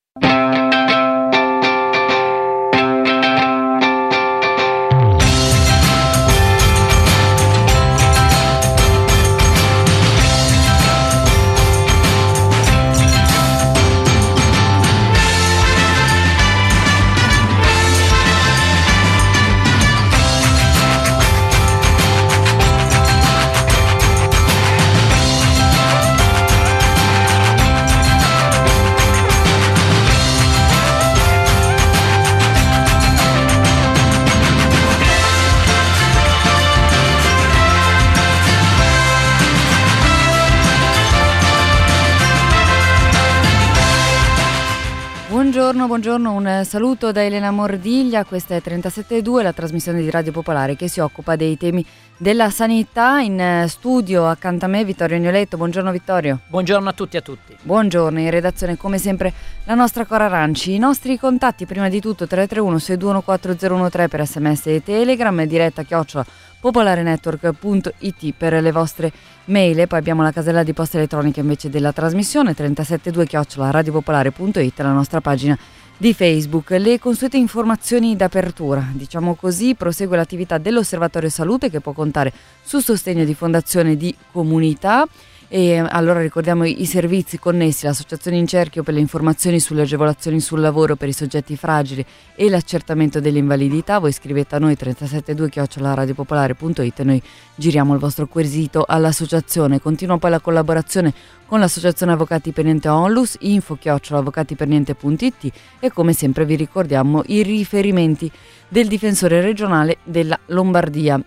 Buongiorno, un saluto da Elena Mordiglia. Questa è 37.2, la trasmissione di Radio Popolare che si occupa dei temi della sanità. In studio accanto a me Vittorio Agnoletto. Buongiorno Vittorio. Buongiorno a tutti e a tutti. Buongiorno, in redazione come sempre la nostra Cora Ranci. I nostri contatti, prima di tutto 331-621-4013 per sms e telegram, diretta @popolarenetwork.it per le vostre mail. E poi abbiamo la casella di posta elettronica invece della trasmissione 372@radiopopolare.it, la nostra pagina di Facebook. Le consuete informazioni d'apertura, diciamo così, prosegue l'attività dell'Osservatorio Salute che può contare sul sostegno di Fondazione di Comunità. E allora ricordiamo i servizi connessi: l'Associazione In Cerchio per le informazioni sulle agevolazioni sul lavoro per i soggetti fragili e l'accertamento dell'invalidità. Voi scrivete a noi 372@radiopopolare.it e noi giriamo il vostro quesito all'associazione. Continua poi la collaborazione con l'Associazione Avvocati per Niente Onlus, info@avvocatiperniente.it, e come sempre vi ricordiamo i riferimenti del difensore regionale della Lombardia: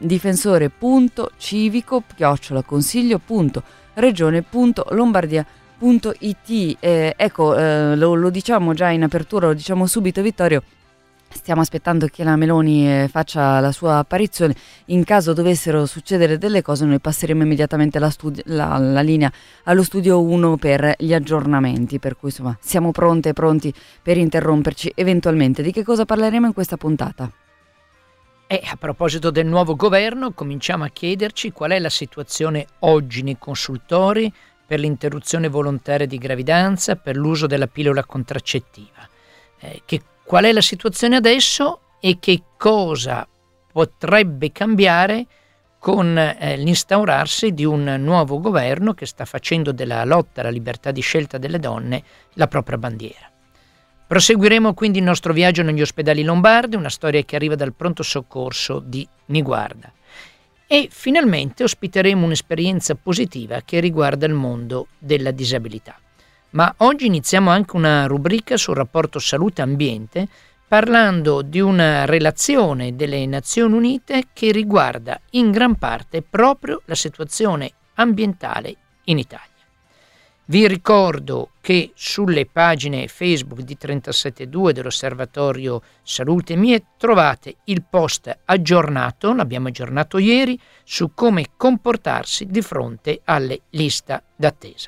difensore.civico@regione.lombardia.it. Lo diciamo già in apertura, lo diciamo subito Vittorio. Stiamo aspettando che la Meloni faccia la sua apparizione. In caso dovessero succedere delle cose, noi passeremo immediatamente la linea allo studio 1 per gli aggiornamenti, per cui insomma siamo pronti per interromperci eventualmente. Di che cosa parleremo in questa puntata? A proposito del nuovo governo, cominciamo a chiederci qual è la situazione oggi nei consultori per l'interruzione volontaria di gravidanza, per l'uso della pillola contraccettiva. Qual è la situazione adesso e che cosa potrebbe cambiare con l'instaurarsi di un nuovo governo che sta facendo della lotta alla libertà di scelta delle donne la propria bandiera. Proseguiremo quindi il nostro viaggio negli ospedali lombardi, una storia che arriva dal pronto soccorso di Niguarda. E finalmente ospiteremo un'esperienza positiva che riguarda il mondo della disabilità. Ma oggi iniziamo anche una rubrica sul rapporto salute-ambiente, parlando di una relazione delle Nazioni Unite che riguarda in gran parte proprio la situazione ambientale in Italia. Vi ricordo che sulle pagine Facebook di 37.2 dell'Osservatorio Salute Mie trovate il post aggiornato, l'abbiamo aggiornato ieri, su come comportarsi di fronte alle liste d'attesa.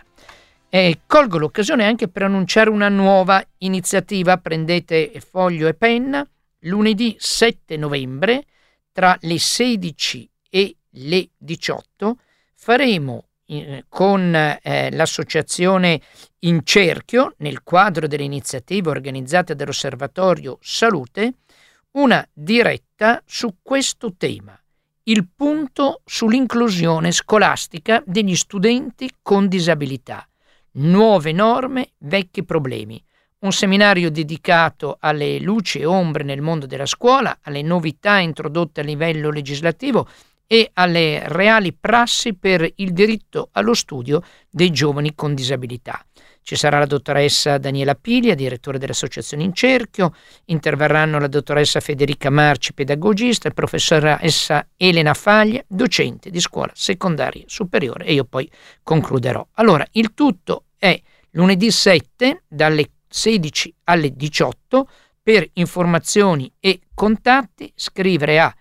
Colgo l'occasione anche per annunciare una nuova iniziativa. Prendete foglio e penna. Lunedì 7 novembre tra le 16 e le 18 faremo con l'associazione In Cerchio, nel quadro delle iniziative organizzate dall'Osservatorio Salute, una diretta su questo tema: il punto sull'inclusione scolastica degli studenti con disabilità. Nuove norme, vecchi problemi. Un seminario dedicato alle luci e ombre nel mondo della scuola, alle novità introdotte a livello legislativo e alle reali prassi per il diritto allo studio dei giovani con disabilità. Ci sarà la dottoressa Daniela Piglia, direttore dell'Associazione In Cerchio, interverranno la dottoressa Federica Marci, pedagogista, il professoressa Elena Faglia, docente di scuola secondaria superiore, e io poi concluderò. Allora, il tutto è lunedì 7 dalle 16 alle 18. Per informazioni e contatti scrivere a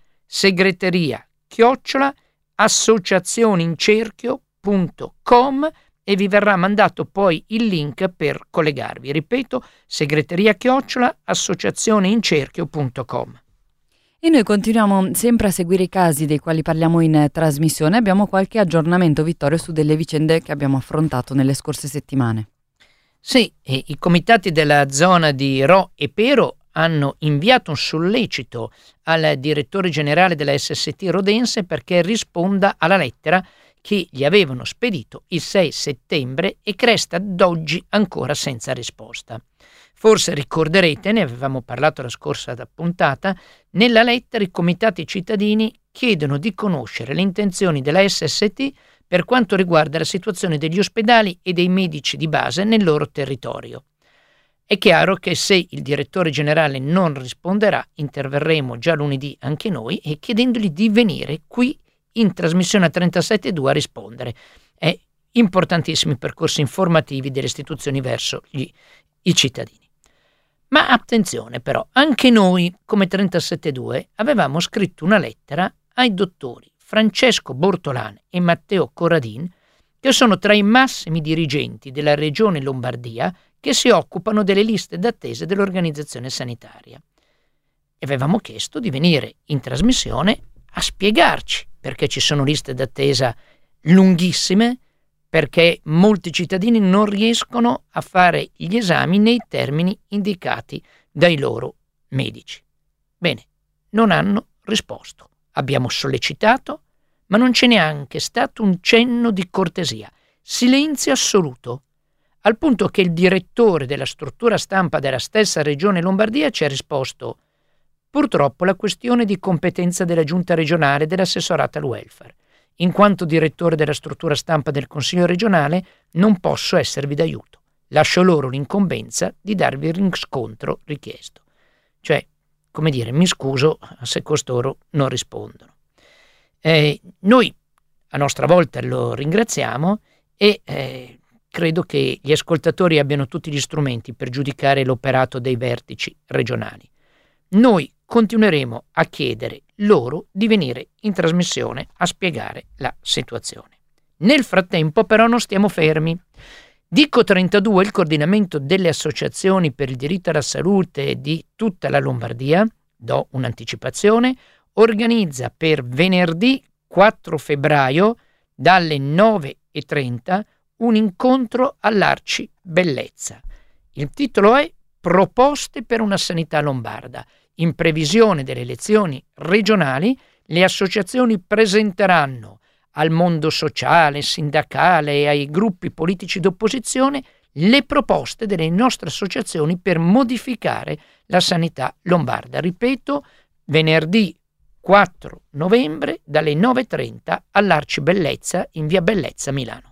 segreteria@associazioneincerchio.com e vi verrà mandato poi il link per collegarvi. Ripeto, segreteria@associazioneincerchio.com. E noi continuiamo sempre a seguire i casi dei quali parliamo in trasmissione. Abbiamo qualche aggiornamento, Vittorio, su delle vicende che abbiamo affrontato nelle scorse settimane. Sì, e i comitati della zona di Ro e Pero hanno inviato un sollecito al direttore generale della SST rodense perché risponda alla lettera che gli avevano spedito il 6 settembre e che resta ad oggi ancora senza risposta. Forse ricorderete, ne avevamo parlato la scorsa puntata, nella lettera i comitati cittadini chiedono di conoscere le intenzioni della SST per quanto riguarda la situazione degli ospedali e dei medici di base nel loro territorio. È chiaro che se il direttore generale non risponderà, interverremo già lunedì anche noi e chiedendogli di venire qui in trasmissione a 37.2 a rispondere. È importantissimi i percorsi informativi delle istituzioni verso i cittadini. Ma attenzione però, anche noi come 37.2 avevamo scritto una lettera ai dottori Francesco Bortolan e Matteo Corradin, che sono tra i massimi dirigenti della regione Lombardia che si occupano delle liste d'attesa dell'organizzazione sanitaria. E avevamo chiesto di venire in trasmissione a spiegarci perché ci sono liste d'attesa lunghissime, perché molti cittadini non riescono a fare gli esami nei termini indicati dai loro medici. Bene, non hanno risposto. Abbiamo sollecitato, ma non c'è neanche stato un cenno di cortesia. Silenzio assoluto, al punto che il direttore della struttura stampa della stessa regione Lombardia ci ha risposto: purtroppo la questione di competenza della giunta regionale dell'assessorato al welfare. In quanto direttore della struttura stampa del Consiglio regionale non posso esservi d'aiuto. Lascio loro l'incombenza di darvi il riscontro richiesto. Cioè, come dire, mi scuso se costoro non rispondono. Noi a nostra volta lo ringraziamo e credo che gli ascoltatori abbiano tutti gli strumenti per giudicare l'operato dei vertici regionali. Noi continueremo a chiedere loro di venire in trasmissione a spiegare la situazione. Nel frattempo però non stiamo fermi. Dico 32, il coordinamento delle associazioni per il diritto alla salute di tutta la Lombardia, do un'anticipazione, organizza per venerdì 4 febbraio dalle 9:30 un incontro all'Arci Bellezza. Il titolo è Proposte per una sanità lombarda. In previsione delle elezioni regionali, le associazioni presenteranno al mondo sociale, sindacale e ai gruppi politici d'opposizione le proposte delle nostre associazioni per modificare la sanità lombarda. Ripeto, venerdì 4 novembre dalle 9:30 all'Arci Bellezza in via Bellezza, Milano.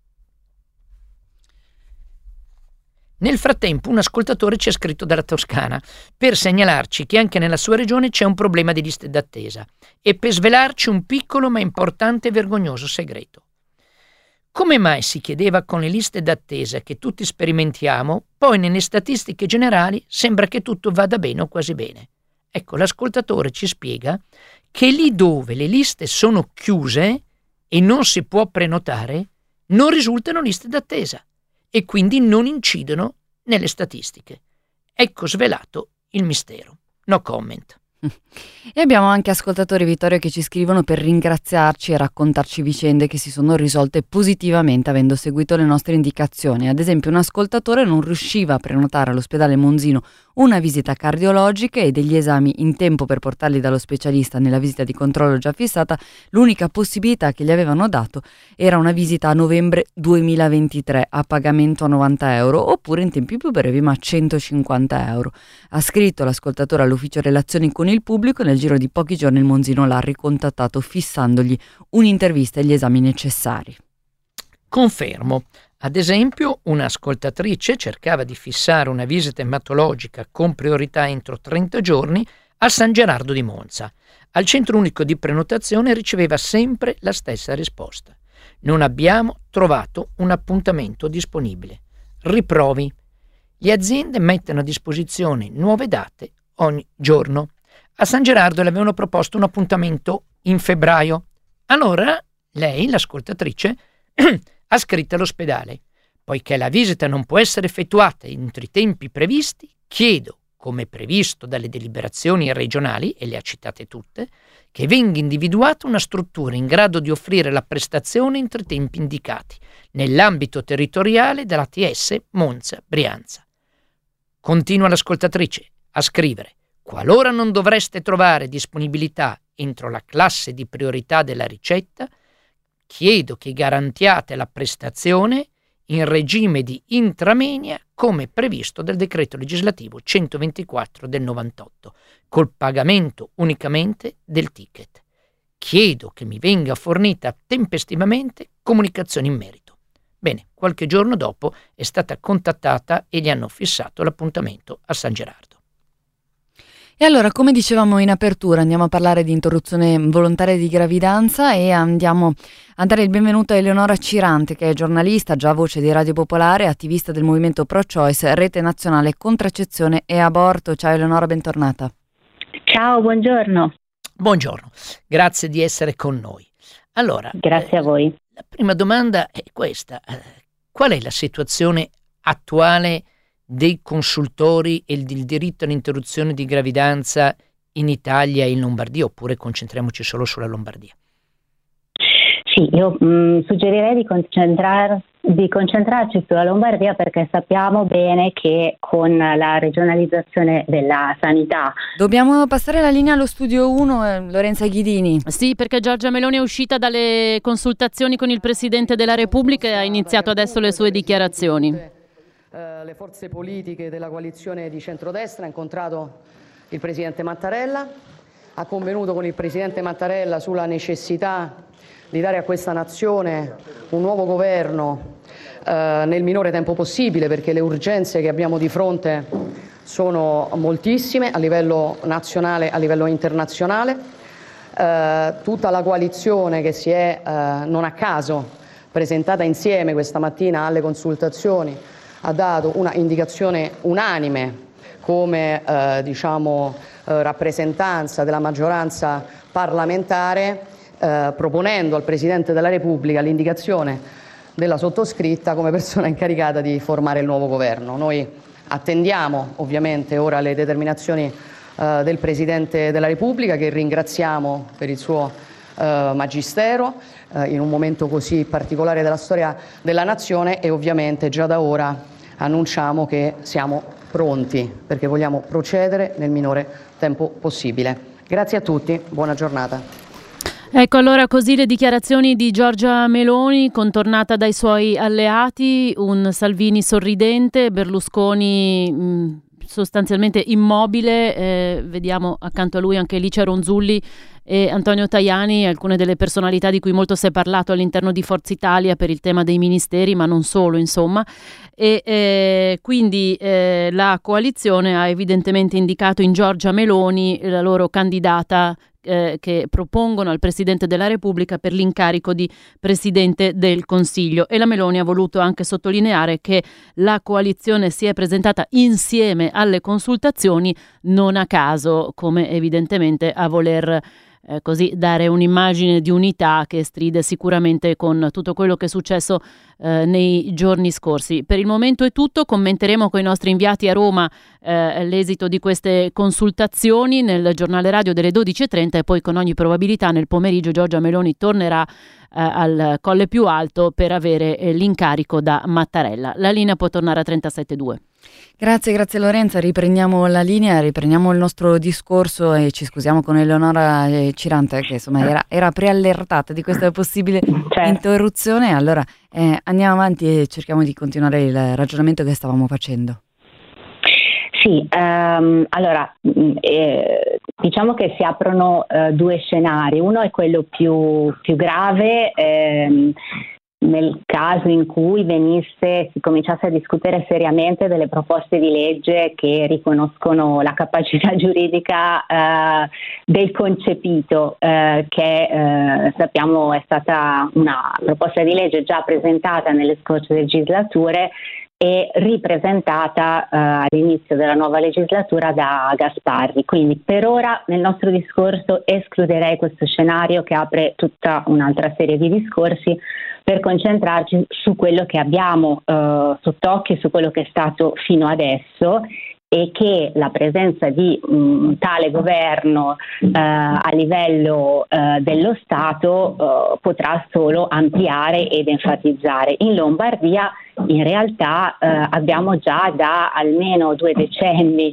Nel frattempo un ascoltatore ci ha scritto dalla Toscana per segnalarci che anche nella sua regione c'è un problema di liste d'attesa e per svelarci un piccolo ma importante e vergognoso segreto. Come mai, si chiedeva, con le liste d'attesa che tutti sperimentiamo, poi nelle statistiche generali sembra che tutto vada bene o quasi bene? Ecco, l'ascoltatore ci spiega che lì dove le liste sono chiuse e non si può prenotare, non risultano liste d'attesa e quindi non incidono nelle statistiche. Ecco svelato il mistero. No comment. E abbiamo anche ascoltatori, Vittorio, che ci scrivono per ringraziarci e raccontarci vicende che si sono risolte positivamente avendo seguito le nostre indicazioni. Ad esempio, un ascoltatore non riusciva a prenotare all'ospedale Monzino una visita cardiologica e degli esami in tempo per portarli dallo specialista nella visita di controllo già fissata. L'unica possibilità che gli avevano dato era una visita a novembre 2023 a pagamento a 90 euro oppure in tempi più brevi ma a 150 euro. Ha scritto l'ascoltatore all'ufficio relazioni con il pubblico e nel giro di pochi giorni il Monzino l'ha ricontattato fissandogli un'intervista e gli esami necessari. Confermo. Ad esempio, un'ascoltatrice cercava di fissare una visita ematologica con priorità entro 30 giorni a San Gerardo di Monza. Al centro unico di prenotazione riceveva sempre la stessa risposta: non abbiamo trovato un appuntamento disponibile. Riprovi. Le aziende mettono a disposizione nuove date ogni giorno. A San Gerardo le avevano proposto un appuntamento in febbraio. Allora lei, l'ascoltatrice, ha scritto all'ospedale: poiché la visita non può essere effettuata entro i tempi previsti, chiedo come previsto dalle deliberazioni regionali, e le ha citate tutte, che venga individuata una struttura in grado di offrire la prestazione entro i tempi indicati, nell'ambito territoriale dell'ATS Monza-Brianza. Continua l'ascoltatrice a scrivere: qualora non dovreste trovare disponibilità entro la classe di priorità della ricetta, chiedo che garantiate la prestazione in regime di intramenia come previsto dal decreto legislativo 124 del 98, col pagamento unicamente del ticket. Chiedo che mi venga fornita tempestivamente comunicazione in merito. Bene, qualche giorno dopo è stata contattata e gli hanno fissato l'appuntamento a San Gerardo. E allora, come dicevamo in apertura, andiamo a parlare di interruzione volontaria di gravidanza e andiamo a dare il benvenuto a Eleonora Cirante, che è giornalista, già voce di Radio Popolare, attivista del movimento Pro-Choice, Rete Nazionale Contraccezione e Aborto. Ciao Eleonora, bentornata. Ciao, buongiorno. Buongiorno, grazie di essere con noi. Allora, grazie a voi. La prima domanda è questa: qual è la situazione attuale dei consultori e del diritto all'interruzione di gravidanza in Italia e in Lombardia, oppure concentriamoci solo sulla Lombardia? Sì, io suggerirei di concentrarci sulla Lombardia, perché sappiamo bene che con la regionalizzazione della sanità... Dobbiamo passare la linea allo studio 1, Lorenza Ghidini. Sì, perché Giorgia Meloni è uscita dalle consultazioni con il Presidente della Repubblica e ha iniziato adesso le sue dichiarazioni. Le forze politiche della coalizione di centrodestra ha incontrato il Presidente Mattarella, ha convenuto con il Presidente Mattarella sulla necessità di dare a questa nazione un nuovo governo nel minore tempo possibile, perché le urgenze che abbiamo di fronte sono moltissime a livello nazionale, a livello internazionale. Tutta la coalizione che si è non a caso presentata insieme questa mattina alle consultazioni ha dato una indicazione unanime come rappresentanza della maggioranza parlamentare, proponendo al Presidente della Repubblica l'indicazione della sottoscritta come persona incaricata di formare il nuovo governo. Noi attendiamo ovviamente ora le determinazioni del Presidente della Repubblica, che ringraziamo per il suo magistero in un momento così particolare della storia della nazione, e ovviamente già da ora annunciamo che siamo pronti perché vogliamo procedere nel minore tempo possibile. Grazie a tutti, buona giornata. Ecco, allora così le dichiarazioni di Giorgia Meloni, contornata dai suoi alleati, un Salvini sorridente, Berlusconi sostanzialmente immobile, vediamo accanto a lui anche Licia Ronzulli e Antonio Tajani, alcune delle personalità di cui molto si è parlato all'interno di Forza Italia per il tema dei ministeri, ma non solo, insomma. E quindi la coalizione ha evidentemente indicato in Giorgia Meloni la loro candidata che propongono al Presidente della Repubblica per l'incarico di Presidente del Consiglio, e la Meloni ha voluto anche sottolineare che la coalizione si è presentata insieme alle consultazioni, non a caso, come evidentemente a voler così dare un'immagine di unità che stride sicuramente con tutto quello che è successo nei giorni scorsi. Per il momento è tutto, commenteremo con i nostri inviati a Roma l'esito di queste consultazioni nel giornale radio delle 12.30, e poi con ogni probabilità nel pomeriggio Giorgia Meloni tornerà al Colle Più Alto per avere l'incarico da Mattarella. La linea può tornare a 37.2. Grazie Lorenza, riprendiamo la linea, riprendiamo il nostro discorso e ci scusiamo con Eleonora Cirante, che insomma era preallertata di questa possibile interruzione. Allora andiamo avanti e cerchiamo di continuare il ragionamento che stavamo facendo. Sì, allora diciamo che si aprono due scenari. Uno è quello più grave, nel caso in cui si cominciasse a discutere seriamente delle proposte di legge che riconoscono la capacità giuridica del concepito, che sappiamo è stata una proposta di legge già presentata nelle scorse legislature e ripresentata all'inizio della nuova legislatura da Gasparri. Quindi per ora nel nostro discorso escluderei questo scenario, che apre tutta un'altra serie di discorsi, per concentrarci su quello che abbiamo sott'occhio, su quello che è stato fino adesso, e che la presenza di tale governo a livello dello Stato potrà solo ampliare ed enfatizzare. In Lombardia in realtà abbiamo già da almeno 2 decenni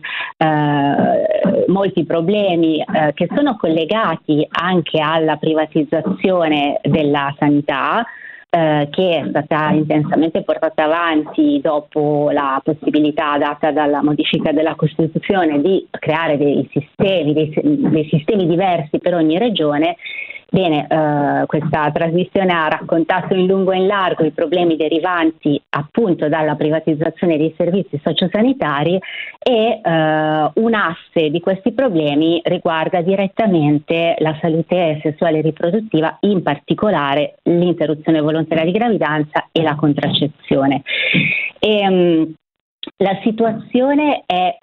molti problemi che sono collegati anche alla privatizzazione della sanità, che è stata intensamente portata avanti dopo la possibilità data dalla modifica della Costituzione di creare dei sistemi diversi per ogni regione. Bene, questa trasmissione ha raccontato in lungo e in largo i problemi derivanti appunto dalla privatizzazione dei servizi sociosanitari e un asse di questi problemi riguarda direttamente la salute sessuale e riproduttiva, in particolare l'interruzione volontaria di gravidanza e la contraccezione. La situazione è...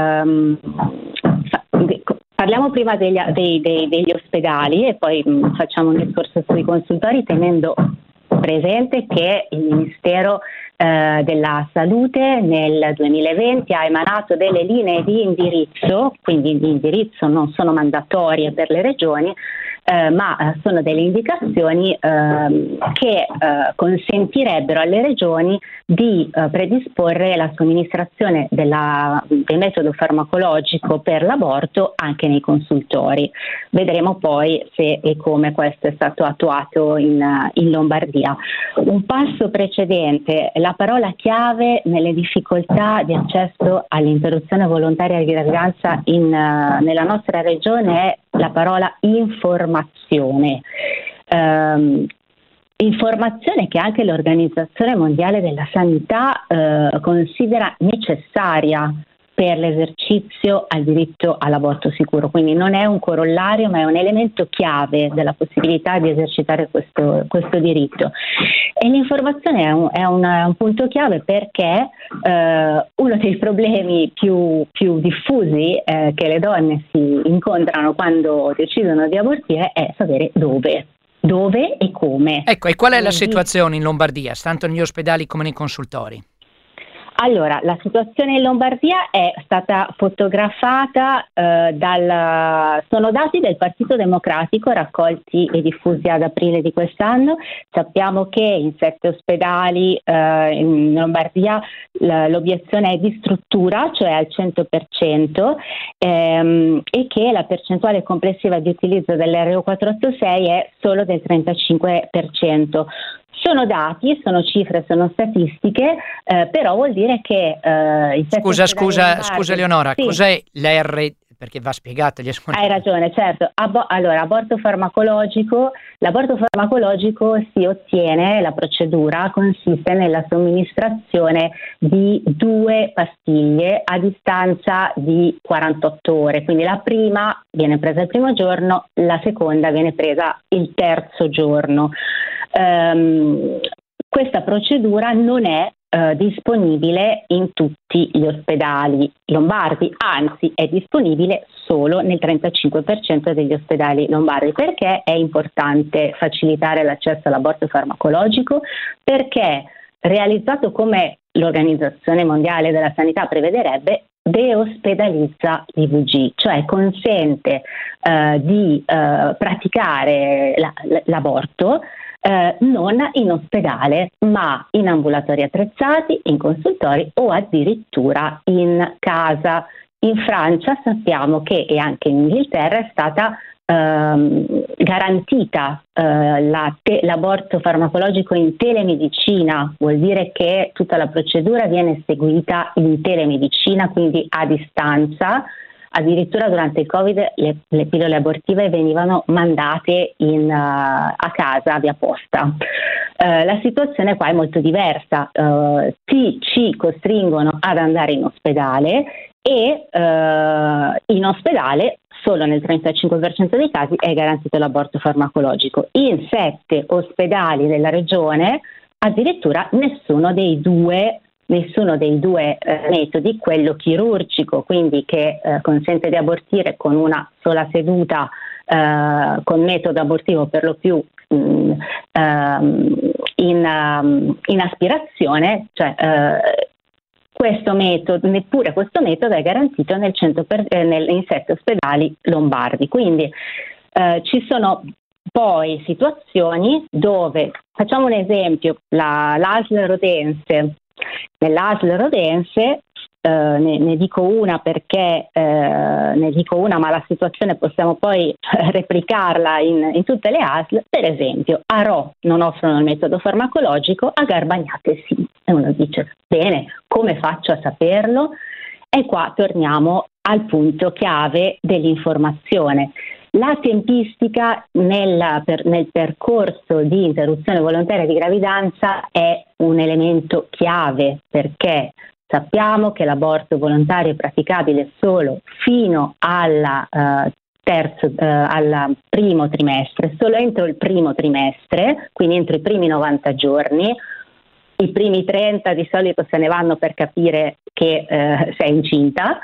Parliamo prima degli ospedali e poi facciamo un discorso sui consultori, tenendo presente che il Ministero della Salute nel 2020 ha emanato delle linee di indirizzo, quindi di indirizzo non sono mandatorie per le regioni, ma sono delle indicazioni che consentirebbero alle regioni di predisporre la somministrazione del metodo farmacologico per l'aborto anche nei consultori. Vedremo poi se e come questo è stato attuato in Lombardia. Un passo precedente, la parola chiave nelle difficoltà di accesso all'interruzione volontaria di gravidanza nella nostra regione è la parola informazione. Informazione che anche l'Organizzazione Mondiale della Sanità considera necessaria per l'esercizio al diritto all'aborto sicuro, quindi non è un corollario ma è un elemento chiave della possibilità di esercitare questo diritto. E l'informazione è un punto chiave perché uno dei problemi più diffusi che le donne si incontrano quando decidono di abortire è sapere dove e come. Ecco, e qual è la situazione in Lombardia, tanto negli ospedali come nei consultori? Allora, la situazione in Lombardia è stata fotografata sono dati del Partito Democratico raccolti e diffusi ad aprile di quest'anno. Sappiamo che in 7 ospedali in Lombardia l'obiezione è di struttura, cioè al 100%, e che la percentuale complessiva di utilizzo dell'RO486 è solo del 35%. Sono dati, sono cifre, sono statistiche, però vuol dire che... Scusa Eleonora, sì. Cos'è l'R? Perché va spiegato agli ascoltatori. Hai ragione, certo. Allora, l'aborto farmacologico si ottiene, la procedura consiste nella somministrazione di 2 pastiglie a distanza di 48 ore, quindi la prima viene presa il primo giorno, la seconda viene presa il terzo giorno. Questa procedura non è disponibile in tutti gli ospedali lombardi, anzi è disponibile solo nel 35% degli ospedali lombardi. Perché è importante facilitare l'accesso all'aborto farmacologico? Perché realizzato come l'Organizzazione Mondiale della Sanità prevederebbe, deospedalizza l'IVG, cioè consente di praticare l'aborto non in ospedale, ma in ambulatori attrezzati, in consultori o addirittura in casa. In Francia sappiamo che, e anche in Inghilterra, è stata garantita l'aborto farmacologico in telemedicina, vuol dire che tutta la procedura viene seguita in telemedicina, quindi a distanza. Addirittura durante il Covid le pillole abortive venivano mandate a casa via posta. La situazione qua è molto diversa, ci costringono ad andare in ospedale e in ospedale solo nel 35% dei casi è garantito l'aborto farmacologico. In 7 ospedali della regione addirittura nessuno dei due metodi, quello chirurgico, quindi che consente di abortire con una sola seduta con metodo abortivo per lo più in aspirazione, cioè neppure questo metodo è garantito in 7 ospedali lombardi. Quindi ci sono poi situazioni dove, facciamo un esempio, l'ASL Rodense. Nell'ASL Rodense ne dico una perché ma la situazione possiamo poi replicarla in tutte le ASL. Per esempio, a Rho non offrono il metodo farmacologico, a Garbagnate sì. E uno dice, bene, come faccio a saperlo? E qua torniamo al punto chiave dell'informazione. La tempistica nel percorso di interruzione volontaria di gravidanza è un elemento chiave, perché sappiamo che l'aborto volontario è praticabile solo fino al primo trimestre, solo entro il primo trimestre, quindi entro i primi 90 giorni. I primi 30 di solito se ne vanno per capire che sei incinta,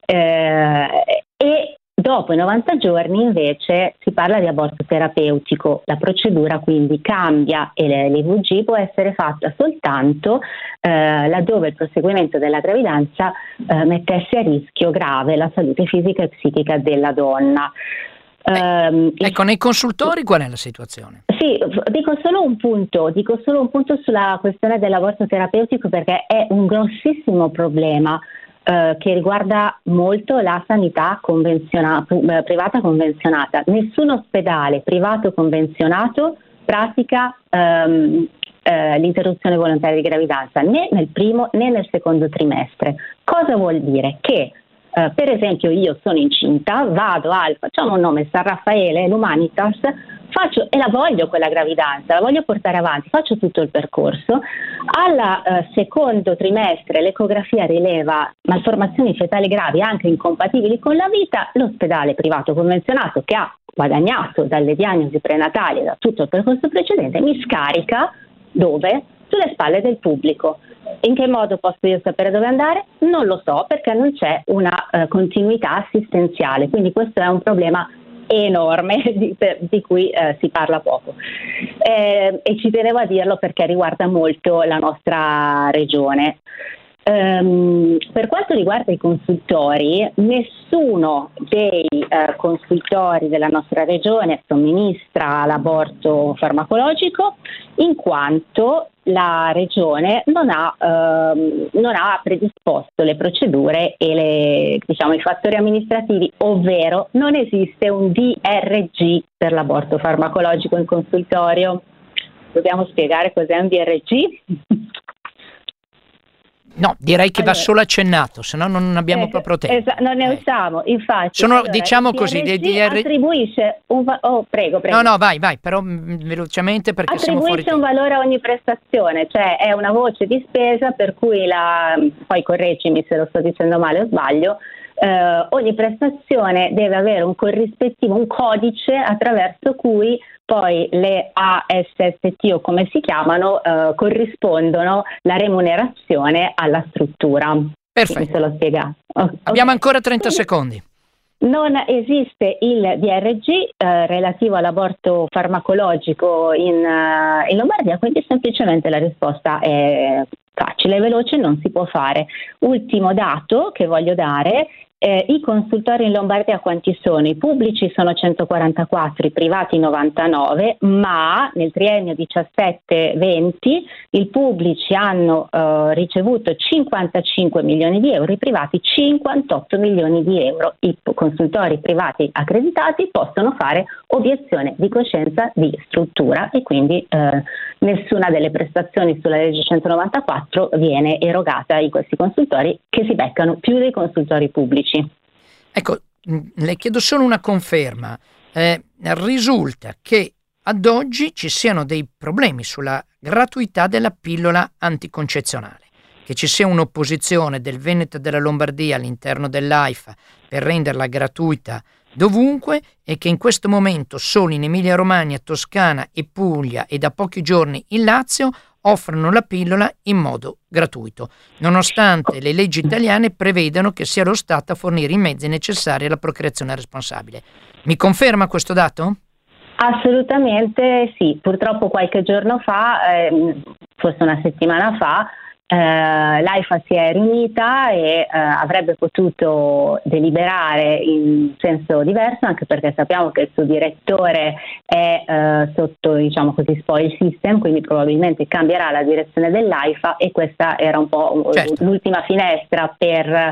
e dopo i 90 giorni invece si parla di aborto terapeutico. La procedura quindi cambia e l'IVG può essere fatta soltanto laddove il proseguimento della gravidanza mettesse a rischio grave la salute fisica e psichica della donna. Ecco, nei consultori qual è la situazione? Sì, dico solo un punto sulla questione dell'aborto terapeutico, perché è un grossissimo problema che riguarda molto la sanità privata convenzionata. Nessun ospedale privato convenzionato pratica l'interruzione volontaria di gravidanza né nel primo né nel secondo trimestre. Cosa vuol dire? Che per esempio io sono incinta, vado facciamo un nome, San Raffaele, l'Humanitas, faccio e la voglio quella gravidanza, la voglio portare avanti, faccio tutto il percorso. Al secondo trimestre l'ecografia rileva malformazioni fetali gravi anche incompatibili con la vita. L'ospedale privato convenzionato, che ha guadagnato dalle diagnosi prenatali e da tutto il percorso precedente, mi scarica dove? Sulle spalle del pubblico. In che modo posso io sapere dove andare? Non lo so, perché non c'è una continuità assistenziale, quindi questo è un problema enorme di cui si parla poco, e ci tenevo a dirlo perché riguarda molto la nostra regione. Per quanto riguarda i consultori, nessuno dei consultori della nostra regione somministra l'aborto farmacologico, in quanto la regione non ha predisposto le procedure e i fattori amministrativi, ovvero non esiste un DRG per l'aborto farmacologico in consultorio. Dobbiamo spiegare cos'è un DRG? No, direi che va solo accennato, se no non abbiamo proprio tempo. Non ne usciamo, infatti. Diciamo così, il DRG attribuisce prego. No, vai, però velocemente perché siamo fuori tempo. Attribuisce un valore a ogni prestazione, cioè è una voce di spesa per cui poi correggimi se lo sto dicendo male o sbaglio, ogni prestazione deve avere un corrispettivo, un codice attraverso cui poi le ASST o come si chiamano corrispondono la remunerazione alla struttura. Perfetto. Se l'ho spiegato. Abbiamo ancora 30 secondi. Non esiste il DRG relativo all'aborto farmacologico in Lombardia, quindi semplicemente la risposta è facile e veloce, non si può fare. Ultimo dato che voglio dare. I consultori in Lombardia quanti sono? I pubblici sono 144, i privati 99, ma nel triennio 17-20 i pubblici hanno ricevuto 55 milioni di euro, i privati 58 milioni di euro. I consultori privati accreditati possono fare obiezione di coscienza di struttura e quindi nessuna delle prestazioni sulla legge 194 viene erogata in questi consultori, che si beccano più dei consultori pubblici. Ecco, le chiedo solo una conferma. Risulta che ad oggi ci siano dei problemi sulla gratuità della pillola anticoncezionale, che ci sia un'opposizione del Veneto e della Lombardia all'interno dell'AIFA per renderla gratuita dovunque, e che in questo momento solo in Emilia-Romagna, Toscana e Puglia e da pochi giorni in Lazio offrono la pillola in modo gratuito, nonostante le leggi italiane prevedano che sia lo Stato a fornire i mezzi necessari alla procreazione responsabile. Mi conferma questo dato? Assolutamente sì, purtroppo qualche giorno fa, forse una settimana fa, l'AIFA si è riunita e avrebbe potuto deliberare in senso diverso, anche perché sappiamo che il suo direttore è sotto, diciamo così, spoil system, quindi probabilmente cambierà la direzione dell'AIFA, e questa era un po' l'ultima finestra per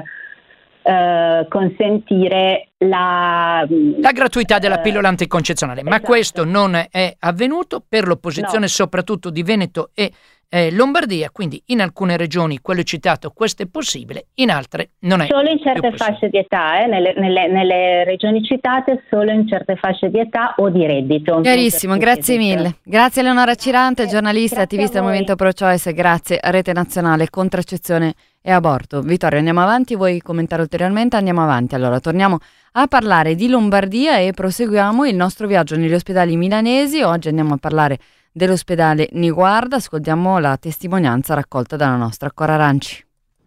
consentire la gratuità della pillola anticoncezionale. Ma esatto. questo non è avvenuto per l'opposizione, soprattutto di Veneto e Lombardia, quindi in alcune regioni, quello citato, questo è possibile, in altre non è solo in certe fasce di età, nelle regioni citate, solo in certe fasce di età o di reddito. Chiarissimo, grazie mille. Grazie Eleonora Cirante, giornalista e attivista del Movimento Pro Choice, grazie a Rete Nazionale Contraccezione e Aborto. Vittorio, andiamo avanti, vuoi commentare ulteriormente? Andiamo avanti, allora torniamo a parlare di Lombardia e proseguiamo il nostro viaggio negli ospedali milanesi. Oggi andiamo a parlare dell'ospedale Niguarda, ascoltiamo la testimonianza raccolta dalla nostra Cora Ranci.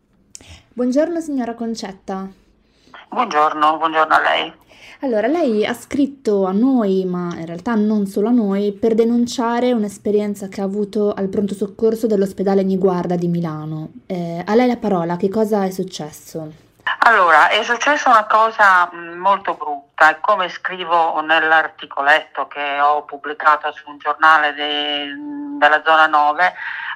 Buongiorno signora Concetta. Buongiorno a lei. Allora, lei ha scritto a noi, ma in realtà non solo a noi, per denunciare un'esperienza che ha avuto al pronto soccorso dell'ospedale Niguarda di Milano. A lei la parola, che cosa è successo? Allora, è successa una cosa molto brutta, e come scrivo nell'articoletto che ho pubblicato su un giornale della zona 9,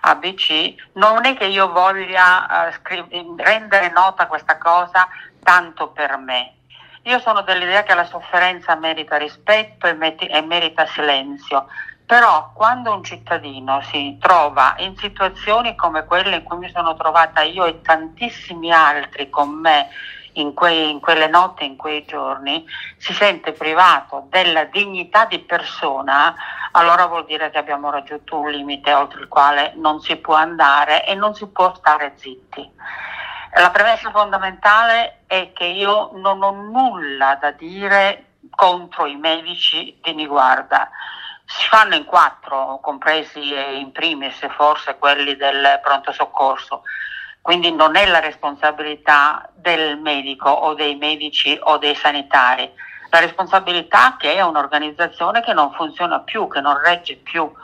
ABC, non è che io voglia rendere nota questa cosa tanto per me. Io sono dell'idea che la sofferenza merita rispetto e merita silenzio. Però quando un cittadino si trova in situazioni come quelle in cui mi sono trovata io e tantissimi altri con me in quelle notti, in quei giorni, si sente privato della dignità di persona, allora vuol dire che abbiamo raggiunto un limite oltre il quale non si può andare e non si può stare zitti. La premessa fondamentale è che io non ho nulla da dire contro i medici di Niguarda. Si fanno in 4, compresi in primis forse quelli del pronto soccorso, quindi non è la responsabilità del medico o dei medici o dei sanitari, la responsabilità che è un'organizzazione che non funziona più, che non regge più.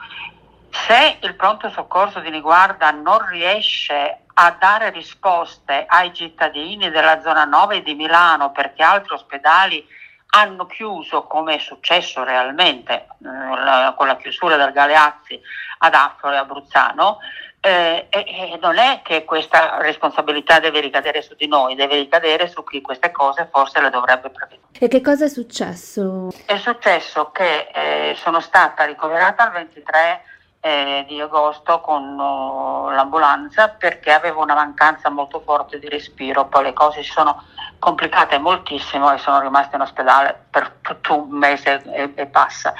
Se il pronto soccorso di Niguarda non riesce a dare risposte ai cittadini della zona 9 di Milano perché altri ospedali hanno chiuso, come è successo realmente con la chiusura del Galeazzi ad Affero e a Bruzzano, e non è che questa responsabilità deve ricadere su di noi, deve ricadere su chi queste cose forse le dovrebbe prevedere. E che cosa è successo? È successo che sono stata ricoverata il 23 di agosto con l'ambulanza perché avevo una mancanza molto forte di respiro, poi le cose si sono complicate moltissimo e sono rimasta in ospedale per tutto un mese e passa.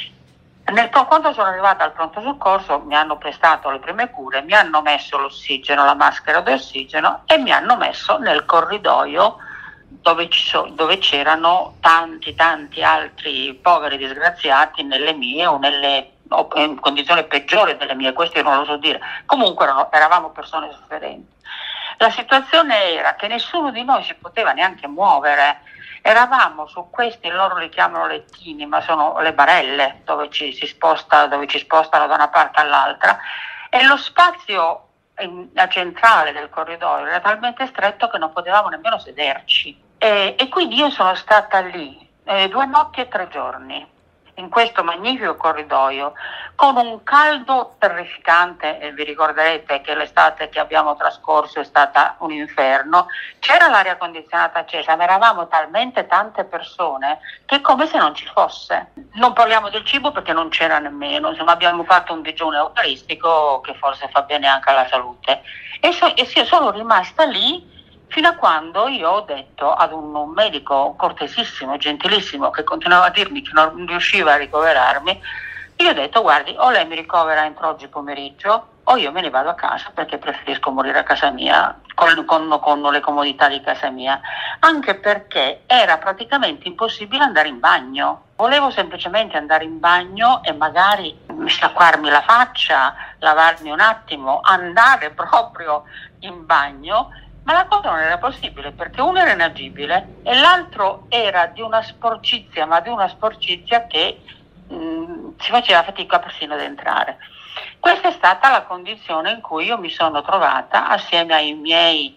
Quando sono arrivata al pronto soccorso mi hanno prestato le prime cure, mi hanno messo l'ossigeno, la maschera d'ossigeno e mi hanno messo nel corridoio dove c'erano tanti altri poveri disgraziati nelle mie o in condizione peggiore delle mie, questo io non lo so dire. Comunque eravamo persone sofferenti. La situazione era che nessuno di noi si poteva neanche muovere. Eravamo su questi, loro li chiamano lettini, ma sono le barelle dove ci spostano da una parte all'altra, e lo spazio centrale del corridoio era talmente stretto che non potevamo nemmeno sederci. E quindi io sono stata lì 2 notti e 3 giorni in questo magnifico corridoio con un caldo terrificante, e vi ricorderete che l'estate che abbiamo trascorso è stata un inferno. C'era l'aria condizionata accesa, ma eravamo talmente tante persone che è come se non ci fosse. Non parliamo del cibo perché non c'era nemmeno, insomma abbiamo fatto un digiuno eucaristico che forse fa bene anche alla salute, e sono rimasta lì fino a quando io ho detto ad un medico cortesissimo, gentilissimo, che continuava a dirmi che non riusciva a ricoverarmi, io ho detto: guardi, o lei mi ricovera entro oggi pomeriggio o io me ne vado a casa, perché preferisco morire a casa mia con le comodità di casa mia, anche perché era praticamente impossibile andare in bagno. Volevo semplicemente andare in bagno e magari sciacquarmi la faccia, lavarmi un attimo, andare proprio in bagno. Ma la cosa non era possibile perché uno era inagibile e l'altro era di una sporcizia, ma di una sporcizia che si faceva fatica persino ad entrare. Questa è stata la condizione in cui io mi sono trovata assieme ai miei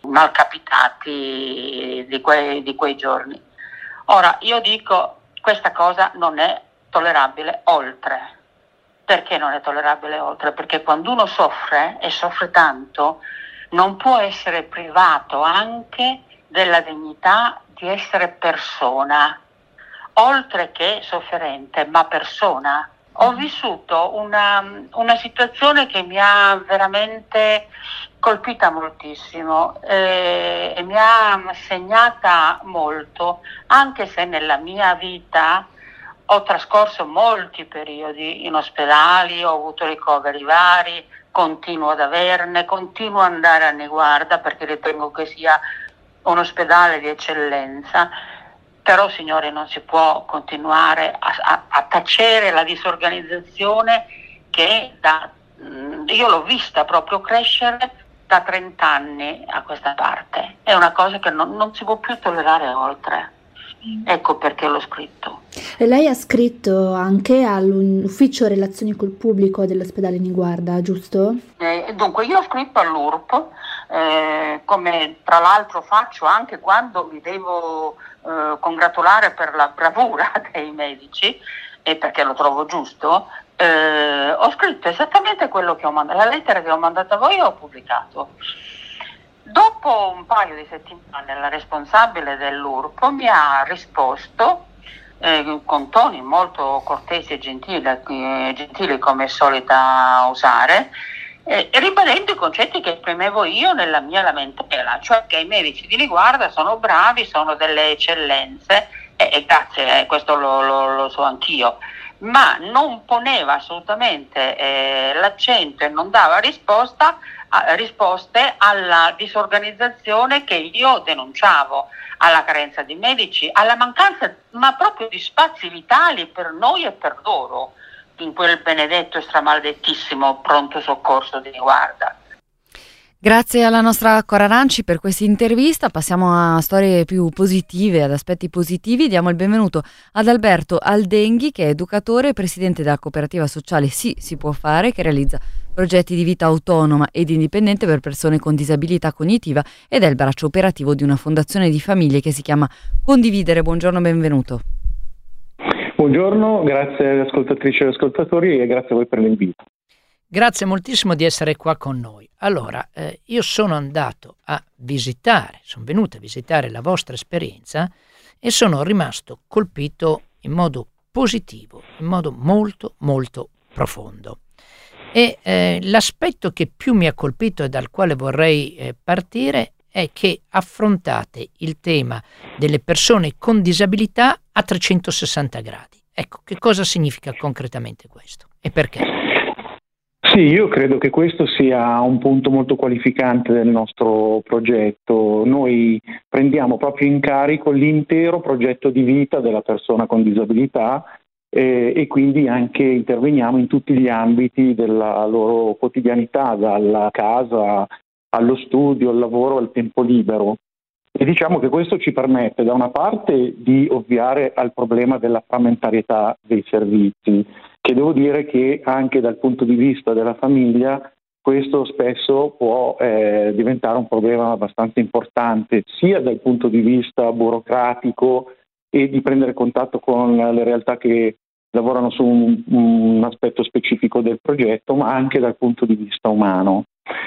malcapitati di quei giorni. Ora, io dico, questa cosa non è tollerabile oltre. Perché non è tollerabile oltre? Perché quando uno soffre e soffre tanto, non può essere privato anche della dignità di essere persona, oltre che sofferente, ma persona. Ho vissuto una situazione che mi ha veramente colpita moltissimo e mi ha segnata molto, anche se nella mia vita ho trascorso molti periodi in ospedali, ho avuto ricoveri vari, continuo ad averne, continuo ad andare a Niguarda perché ritengo che sia un ospedale di eccellenza. Però, signori, non si può continuare a tacere la disorganizzazione che io l'ho vista proprio crescere da 30 anni a questa parte. È una cosa che non si può più tollerare oltre. Ecco perché l'ho scritto. E lei ha scritto anche all'ufficio relazioni col pubblico dell'ospedale Niguarda, giusto? Dunque, io ho scritto all'URP, come tra l'altro faccio anche quando mi devo congratulare per la bravura dei medici, e perché lo trovo giusto, ho scritto esattamente quello che ho mandato, la lettera che ho mandato a voi ho pubblicato. Dopo un paio di settimane la responsabile dell'URP mi ha risposto con toni molto cortesi e gentili come è solita usare, ribadendo i concetti che esprimevo io nella mia lamentela, cioè che i medici di Niguarda sono bravi, sono delle eccellenze, e grazie, questo lo so anch'io, ma non poneva assolutamente l'accento e non dava risposte alla disorganizzazione che io denunciavo, alla carenza di medici, alla mancanza ma proprio di spazi vitali per noi e per loro in quel benedetto e stramaledettissimo pronto soccorso di Niguarda. Grazie alla nostra Cora Ranci per questa intervista. Passiamo a storie più positive, ad aspetti positivi. Diamo il benvenuto ad Alberto Aldenghi, che è educatore e presidente della cooperativa sociale Sì, si può fare, che realizza progetti di vita autonoma ed indipendente per persone con disabilità cognitiva ed è il braccio operativo di una fondazione di famiglie che si chiama Condividere. Buongiorno, benvenuto. Buongiorno, grazie alle ascoltatrici e agli ascoltatori e grazie a voi per l'invito. Grazie moltissimo di essere qua con noi. Allora, io sono venuto a visitare la vostra esperienza e sono rimasto colpito in modo positivo, in modo molto molto profondo. E l'aspetto che più mi ha colpito e dal quale vorrei partire è che affrontate il tema delle persone con disabilità a 360 gradi. Ecco, che cosa significa concretamente questo e perché? Sì, io credo che questo sia un punto molto qualificante del nostro progetto. Noi prendiamo proprio in carico l'intero progetto di vita della persona con disabilità e quindi anche interveniamo in tutti gli ambiti della loro quotidianità, dalla casa allo studio, al lavoro, al tempo libero. E diciamo che questo ci permette da una parte di ovviare al problema della frammentarietà dei servizi, che devo dire che anche dal punto di vista della famiglia questo spesso può diventare un problema abbastanza importante, sia dal punto di vista burocratico e di prendere contatto con le realtà che lavorano su un aspetto specifico del progetto, ma anche dal punto di vista umano.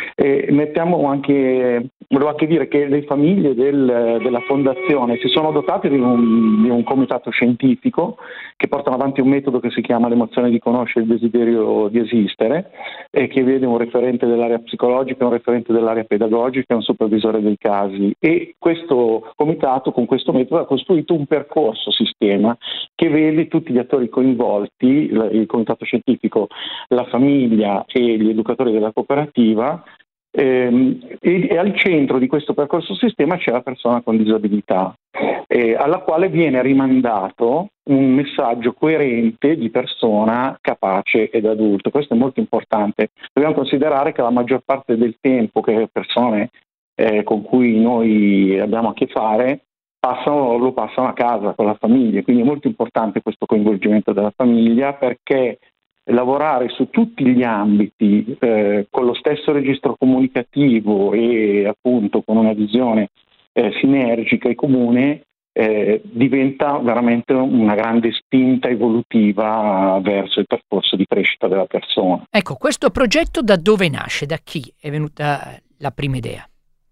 Volevo anche dire che le famiglie della fondazione si sono dotate di un comitato scientifico che portano avanti un metodo che si chiama l'emozione di conoscere, il desiderio di esistere, e che vede un referente dell'area psicologica, un referente dell'area pedagogica e un supervisore dei casi. E questo comitato con questo metodo ha costruito un percorso sistema che vede tutti gli attori coinvolti, il comitato scientifico, la famiglia e gli educatori della cooperativa, e al centro di questo percorso sistema c'è la persona con disabilità, alla quale viene rimandato un messaggio coerente di persona capace ed adulto. Questo è molto importante. Dobbiamo considerare che la maggior parte del tempo che le persone con cui noi abbiamo a che fare lo passano a casa con la famiglia, quindi è molto importante questo coinvolgimento della famiglia, perché lavorare su tutti gli ambiti con lo stesso registro comunicativo e appunto con una visione sinergica e comune, diventa veramente una grande spinta evolutiva verso il percorso di crescita della persona. Ecco, questo progetto da dove nasce? Da chi è venuta la prima idea?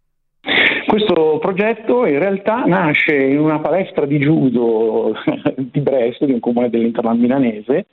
Questo progetto in realtà nasce in una palestra di judo di Bresto, di un comune dell'Interland milanese,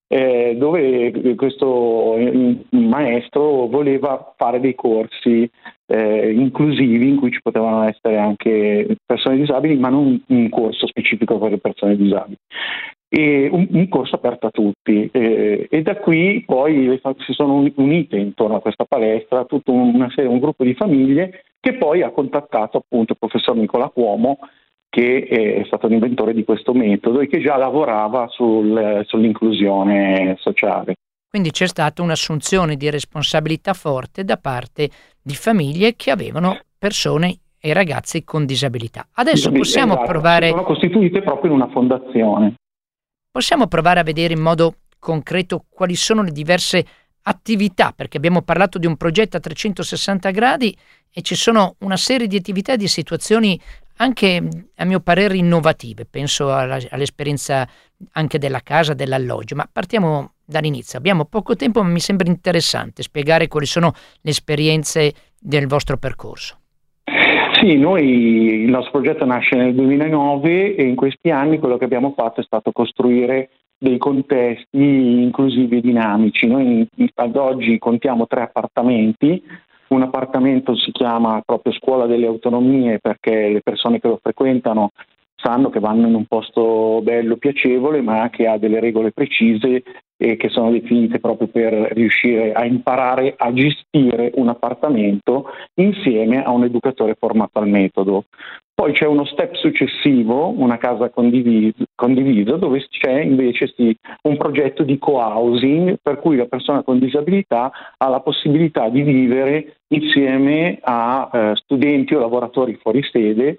dove questo maestro voleva fare dei corsi inclusivi in cui ci potevano essere anche persone disabili, ma non un corso specifico per le persone disabili, e un corso aperto a tutti, e da qui poi si sono unite intorno a questa palestra tutta un gruppo di famiglie che poi ha contattato appunto il professor Nicola Cuomo, che è stato l'inventore di questo metodo e che già lavorava sull'inclusione sociale. Quindi c'è stata un'assunzione di responsabilità forte da parte di famiglie che avevano persone e ragazzi con disabilità. Adesso possiamo provare... Sono costituite proprio in una fondazione. Possiamo provare a vedere in modo concreto quali sono le diverse attività, perché abbiamo parlato di un progetto a 360 gradi e ci sono una serie di attività e di situazioni anche, a mio parere, innovative. Penso all'esperienza anche della casa, dell'alloggio, ma partiamo dall'inizio. Abbiamo poco tempo, ma mi sembra interessante spiegare quali sono le esperienze del vostro percorso. Sì, il nostro progetto nasce nel 2009 e in questi anni quello che abbiamo fatto è stato costruire dei contesti inclusivi e dinamici. Noi ad oggi contiamo 3 appartamenti. Un appartamento si chiama proprio Scuola delle Autonomie, perché le persone che lo frequentano sanno che vanno in un posto bello, piacevole, ma che ha delle regole precise e che sono definite proprio per riuscire a imparare a gestire un appartamento insieme a un educatore formato al metodo. Poi c'è uno step successivo, una casa condivisa, dove c'è invece un progetto di co-housing, per cui la persona con disabilità ha la possibilità di vivere insieme a studenti o lavoratori fuori sede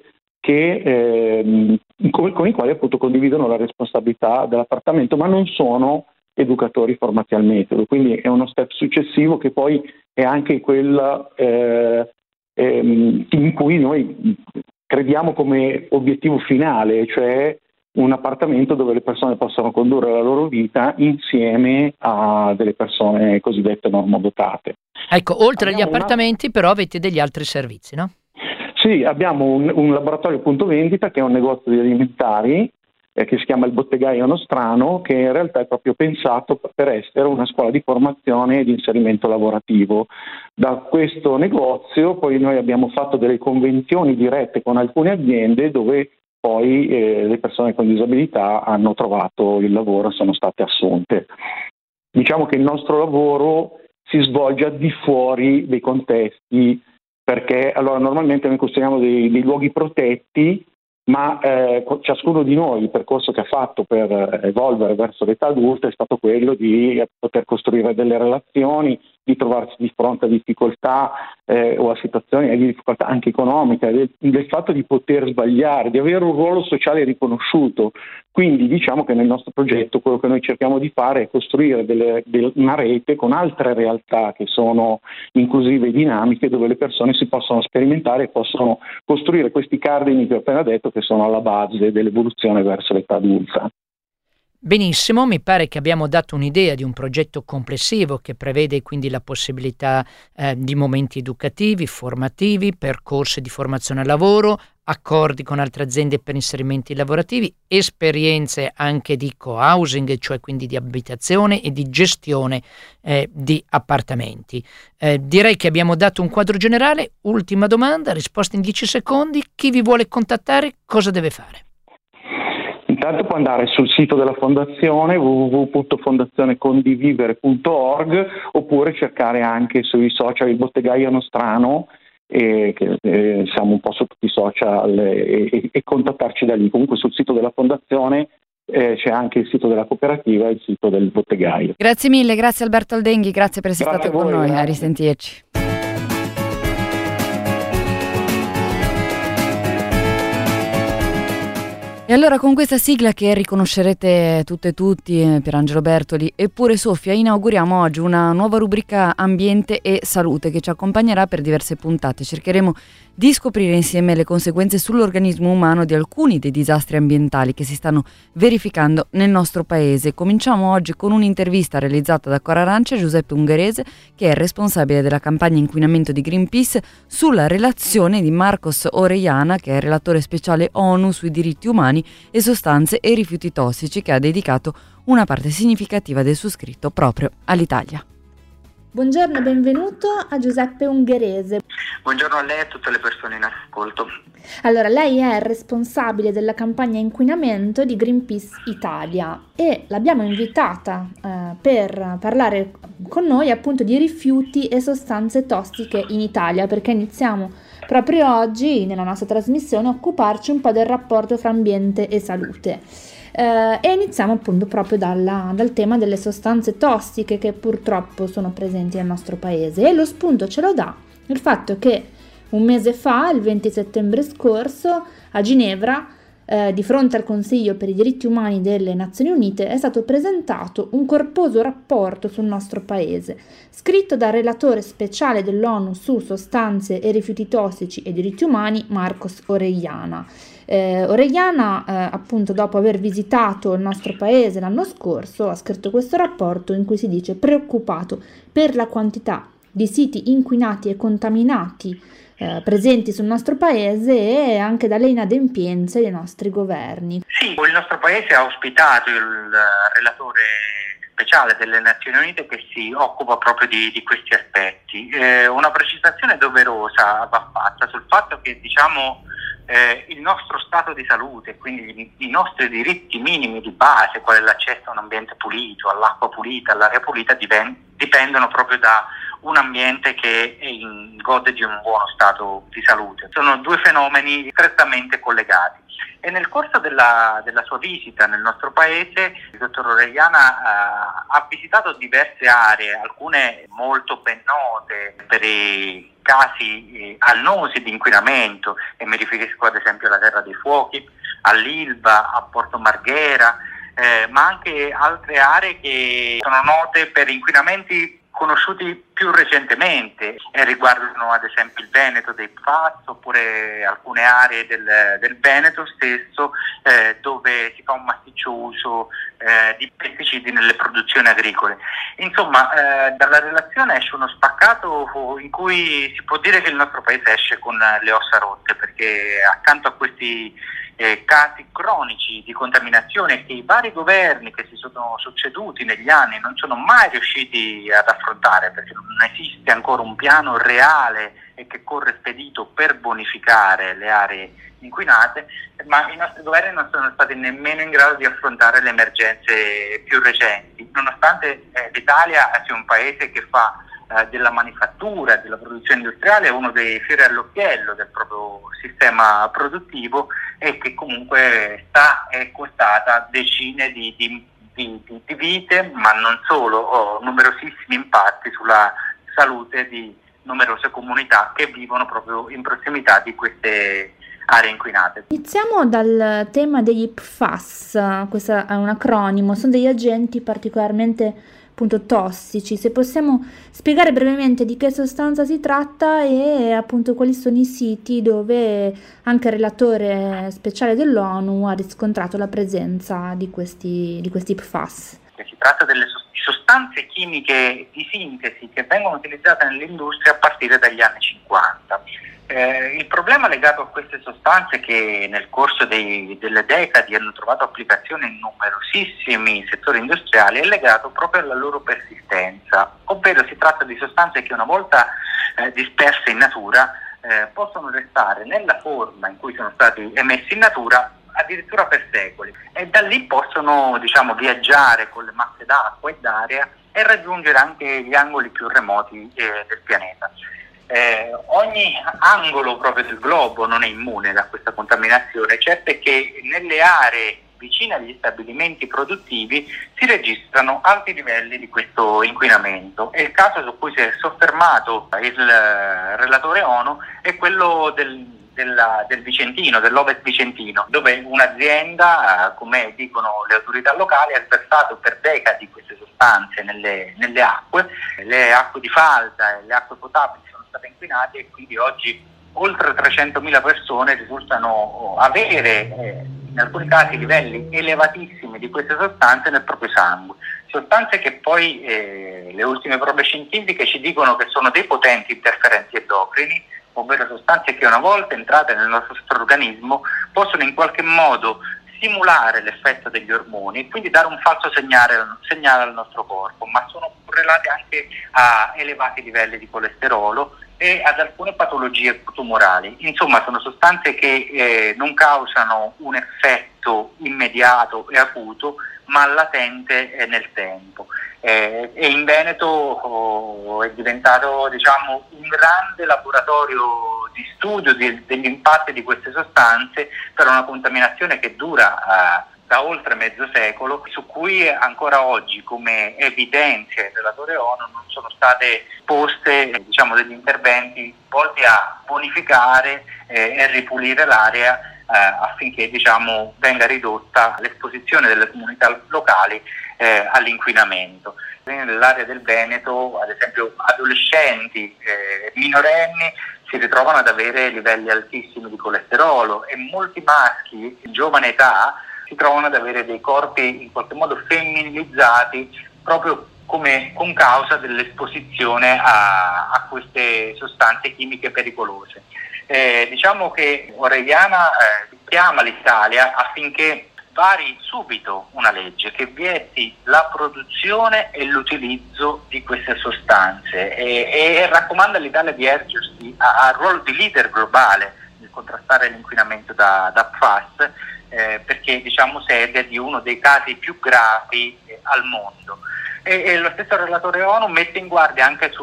con i quali appunto condividono la responsabilità dell'appartamento, ma non sono educatori formati al metodo. Quindi è uno step successivo che poi è anche quella in cui noi crediamo come obiettivo finale, cioè un appartamento dove le persone possano condurre la loro vita insieme a delle persone cosiddette normodotate. Ecco, oltre agli appartamenti però avete degli altri servizi, no? Sì, abbiamo un laboratorio punto vendita che è un negozio di alimentari che si chiama il Bottegaio Nostrano, che in realtà è proprio pensato per essere una scuola di formazione e di inserimento lavorativo. Da questo negozio poi noi abbiamo fatto delle convenzioni dirette con alcune aziende dove poi le persone con disabilità hanno trovato il lavoro e sono state assunte. Diciamo che il nostro lavoro si svolge al di fuori dei contesti, perché allora normalmente noi costruiamo dei luoghi protetti, ma ciascuno di noi, il percorso che ha fatto per evolvere verso l'età adulta è stato quello di poter costruire delle relazioni, di trovarsi di fronte a difficoltà o a situazioni di difficoltà anche economiche, del fatto di poter sbagliare, di avere un ruolo sociale riconosciuto. Quindi diciamo che nel nostro progetto quello che noi cerchiamo di fare è costruire una rete con altre realtà che sono inclusive e dinamiche, dove le persone si possono sperimentare e possono costruire questi cardini che ho appena detto, che sono alla base dell'evoluzione verso l'età adulta. Benissimo, mi pare che abbiamo dato un'idea di un progetto complessivo che prevede quindi la possibilità di momenti educativi, formativi, percorsi di formazione al lavoro, accordi con altre aziende per inserimenti lavorativi, esperienze anche di co-housing, cioè quindi di abitazione e di gestione di appartamenti. Direi che abbiamo dato un quadro generale. Ultima domanda, risposta in 10 secondi. Chi vi vuole contattare cosa deve fare? Intanto può andare sul sito della fondazione www.fondazionecondivivere.org oppure cercare anche sui social il Bottegaio Nostrano, che siamo un po' su tutti i social, e contattarci da lì. Comunque sul sito della fondazione c'è anche il sito della cooperativa e il sito del Bottegaio. Grazie mille, grazie Alberto Aldenghi, grazie per essere stato con noi, a risentirci. E allora con questa sigla che riconoscerete tutte e tutti, Pierangelo Bertoli e pure Sofia, inauguriamo oggi una nuova rubrica Ambiente e Salute che ci accompagnerà per diverse puntate. Cercheremo di scoprire insieme le conseguenze sull'organismo umano di alcuni dei disastri ambientali che si stanno verificando nel nostro paese. Cominciamo oggi con un'intervista realizzata da Cora Arancia e Giuseppe Ungherese, che è responsabile della campagna inquinamento di Greenpeace, sulla relazione di Marcos Orellana, che è relatore speciale ONU sui diritti umani e sostanze e rifiuti tossici, che ha dedicato una parte significativa del suo scritto proprio all'Italia. Buongiorno e benvenuto a Giuseppe Ungherese. Buongiorno a lei e a tutte le persone in ascolto. Allora, lei è responsabile della campagna inquinamento di Greenpeace Italia e l'abbiamo invitata per parlare con noi appunto di rifiuti e sostanze tossiche in Italia, perché iniziamo proprio oggi nella nostra trasmissione a occuparci un po' del rapporto fra ambiente e salute. E iniziamo appunto proprio dal tema delle sostanze tossiche che purtroppo sono presenti nel nostro paese, e lo spunto ce lo dà il fatto che un mese fa, il 20 settembre scorso, a Ginevra, di fronte al Consiglio per i diritti umani delle Nazioni Unite, è stato presentato un corposo rapporto sul nostro paese, scritto dal relatore speciale dell'ONU su sostanze e rifiuti tossici e diritti umani, Marcos Orellana. Orellana, appunto, dopo aver visitato il nostro paese l'anno scorso, ha scritto questo rapporto in cui si dice preoccupato per la quantità di siti inquinati e contaminati presenti sul nostro paese e anche dalle inadempienze dei nostri governi. Sì, il nostro paese ha ospitato il relatore speciale delle Nazioni Unite che si occupa proprio di questi aspetti. Una precisazione doverosa va fatta sul fatto che, il nostro stato di salute, quindi i nostri diritti minimi di base, quale l'accesso a un ambiente pulito, all'acqua pulita, all'aria pulita, dipendono proprio da un ambiente che gode di un buono stato di salute. Sono due fenomeni strettamente collegati. E nel corso della sua visita nel nostro paese, il dottor Orellana ha visitato diverse aree, alcune molto ben note per i casi annosi di inquinamento, e mi riferisco ad esempio alla Terra dei Fuochi, all'Ilva, a Porto Marghera, ma anche altre aree che sono note per inquinamenti conosciuti più recentemente e riguardano ad esempio il Veneto dei PFAS, oppure alcune aree del Veneto stesso dove si fa un massiccio uso di pesticidi nelle produzioni agricole. Insomma, dalla relazione esce uno spaccato in cui si può dire che il nostro paese esce con le ossa rotte, perché accanto a questi casi cronici di contaminazione che i vari governi che si sono succeduti negli anni non sono mai riusciti ad affrontare, perché non esiste ancora un piano reale e che corre spedito per bonificare le aree inquinate, ma i nostri governi non sono stati nemmeno in grado di affrontare le emergenze più recenti, nonostante l'Italia sia un paese che fa della manifattura, della produzione industriale uno dei fiori all'occhiello del proprio sistema produttivo, e che comunque è costata decine di vite, ma non solo, numerosissimi impatti sulla salute di numerose comunità che vivono proprio in prossimità di queste aree inquinate. Iniziamo dal tema degli PFAS, questo è un acronimo, sono degli agenti particolarmente appunto tossici. Se possiamo spiegare brevemente di che sostanza si tratta e appunto quali sono i siti dove anche il relatore speciale dell'ONU ha riscontrato la presenza di questi PFAS. Si tratta delle sostanze chimiche di sintesi che vengono utilizzate nell'industria a partire dagli anni 50. Il problema legato a queste sostanze, che nel corso delle decadi hanno trovato applicazione in numerosissimi settori industriali, è legato proprio alla loro persistenza, ovvero si tratta di sostanze che una volta disperse in natura possono restare nella forma in cui sono stati emessi in natura addirittura per secoli, e da lì possono viaggiare con le masse d'acqua e d'aria e raggiungere anche gli angoli più remoti del pianeta. Ogni angolo proprio del globo non è immune da questa contaminazione. Certo è che nelle aree vicine agli stabilimenti produttivi si registrano alti livelli di questo inquinamento, e il caso su cui si è soffermato il relatore ONU è quello del Vicentino, dell'Ovest Vicentino, dove un'azienda, come dicono le autorità locali, ha sversato per decadi queste sostanze nelle acque. Le acque di falda e le acque potabili sono state inquinate e quindi oggi oltre 300.000 persone risultano avere in alcuni casi livelli elevatissimi di queste sostanze nel proprio sangue. Sostanze che poi le ultime prove scientifiche ci dicono che sono dei potenti interferenti endocrini, ovvero sostanze che una volta entrate nel nostro organismo possono in qualche modo simulare l'effetto degli ormoni e quindi dare un falso segnale al nostro corpo, ma sono correlate anche a elevati livelli di colesterolo e ad alcune patologie tumorali. Insomma, sono sostanze che non causano un effetto immediato e acuto, ma latente nel tempo. E in Veneto è diventato, diciamo, un grande laboratorio di studio degli impatti di queste sostanze per una contaminazione che dura da oltre mezzo secolo, su cui ancora oggi, come evidenzia il relatore ONU, non sono state poste, diciamo, degli interventi volti a bonificare e ripulire l'area affinché, diciamo, venga ridotta l'esposizione delle comunità locali all'inquinamento. Nell'area del Veneto, ad esempio, adolescenti, minorenni si ritrovano ad avere livelli altissimi di colesterolo e molti maschi in giovane età si trovano ad avere dei corpi in qualche modo femminilizzati proprio come con causa dell'esposizione a queste sostanze chimiche pericolose. Diciamo che Orellana chiama l'Italia affinché vari subito una legge che vieti la produzione e l'utilizzo di queste sostanze e raccomanda all'Italia di ergersi al ruolo di leader globale nel contrastare l'inquinamento da PFAS, perché, diciamo, sede di uno dei casi più gravi al mondo. E lo stesso relatore ONU mette in guardia anche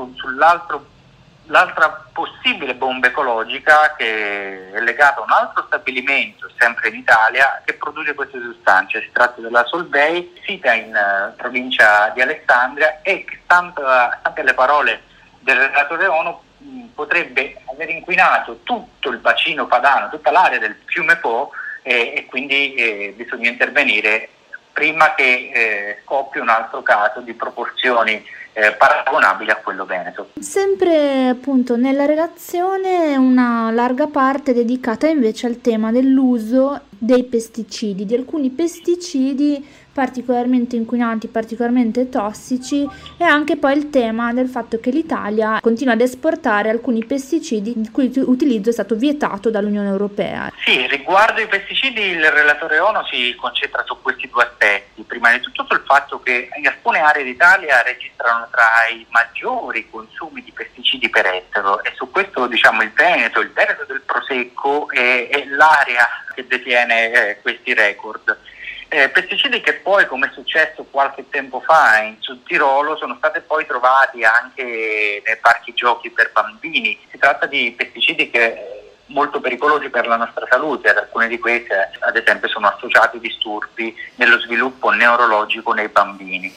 l'altra possibile bomba ecologica che è legata a un altro stabilimento, sempre in Italia, che produce queste sostanze. Si tratta della Solvay, sita in provincia di Alessandria e che, stante alle parole del relatore ONU, potrebbe aver inquinato tutto il bacino padano, tutta l'area del fiume Po, e quindi bisogna intervenire prima che scoppi un altro caso di proporzioni paragonabili a quello veneto. Sempre appunto nella relazione una larga parte dedicata invece al tema dell'uso dei pesticidi, di alcuni pesticidi particolarmente inquinanti, particolarmente tossici, e anche poi il tema del fatto che l'Italia continua ad esportare alcuni pesticidi il cui utilizzo è stato vietato dall'Unione Europea. Sì, riguardo ai pesticidi il relatore ONU si concentra su questi due aspetti. Prima di tutto sul fatto che in alcune aree d'Italia registrano tra i maggiori consumi di pesticidi per ettaro e su questo, diciamo, il Veneto del Prosecco è l'area che detiene questi record. Pesticidi che poi, come è successo qualche tempo fa in Sud Tirolo, sono stati poi trovati anche nei parchi giochi per bambini. Si tratta di pesticidi che molto pericolosi per la nostra salute, ad alcuni di questi ad esempio sono associati disturbi nello sviluppo neurologico nei bambini.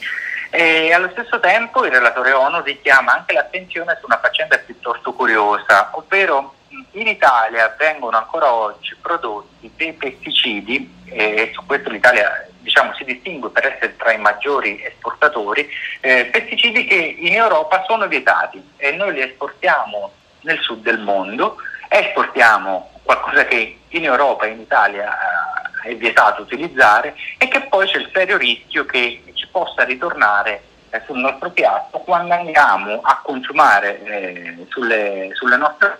E allo stesso tempo il relatore ONU richiama anche l'attenzione su una faccenda piuttosto curiosa, ovvero in Italia vengono ancora oggi prodotti dei pesticidi, e su questo l'Italia, diciamo, si distingue per essere tra i maggiori esportatori, pesticidi che in Europa sono vietati e noi li esportiamo nel sud del mondo, esportiamo qualcosa che in Europa e in Italia è vietato utilizzare e che poi c'è il serio rischio che ci possa ritornare sul nostro piatto quando andiamo a consumare sulle nostre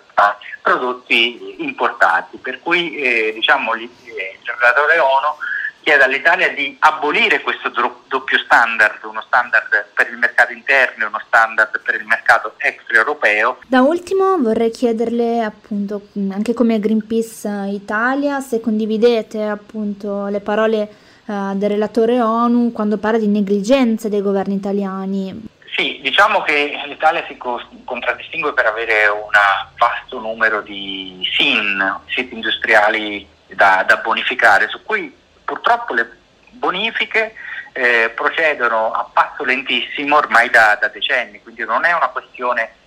prodotti importati. Per cui diciamo il relatore ONU chiede all'Italia di abolire questo doppio standard, uno standard per il mercato interno e uno standard per il mercato extraeuropeo. Da ultimo vorrei chiederle, appunto, anche come Greenpeace Italia, se condividete appunto le parole del relatore ONU quando parla di negligenze dei governi italiani. Sì, diciamo che l'Italia si contraddistingue per avere un vasto numero di siti industriali da bonificare, su cui purtroppo le bonifiche procedono a passo lentissimo ormai da decenni, quindi non è una questione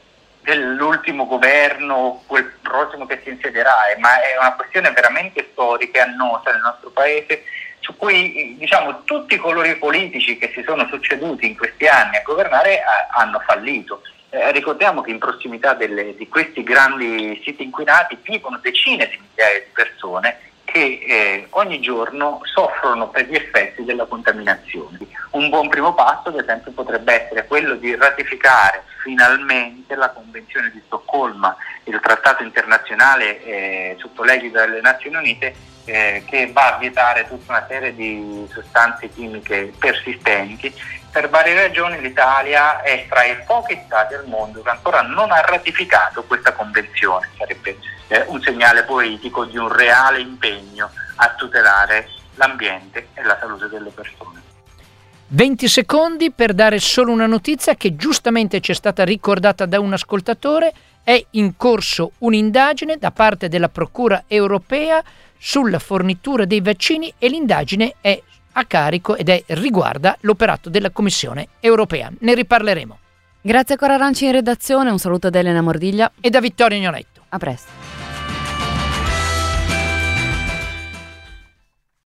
dell'ultimo governo, quel prossimo che si insiederà, ma è una questione veramente storica e annosa nel nostro paese, su cui tutti i colori politici che si sono succeduti in questi anni a governare hanno fallito. Ricordiamo che in prossimità di questi grandi siti inquinati vivono decine di migliaia di persone che ogni giorno soffrono per gli effetti della contaminazione. Un buon primo passo, ad esempio, potrebbe essere quello di ratificare finalmente la Convenzione di Stoccolma, il trattato internazionale sotto l'egida delle Nazioni Unite, che va a vietare tutta una serie di sostanze chimiche persistenti. Per varie ragioni l'Italia è tra i pochi stati al mondo che ancora non ha ratificato questa convenzione. Sarebbe un segnale politico di un reale impegno a tutelare l'ambiente e la salute delle persone. 20 secondi per dare solo una notizia che giustamente ci è stata ricordata da un ascoltatore. È in corso un'indagine da parte della Procura europea sulla fornitura dei vaccini e l'indagine è a carico ed riguarda l'operato della Commissione europea. Ne riparleremo. Grazie a Cora Aranci in redazione, un saluto da Elena Mordiglia e da Vittorio Agnoletto. A presto.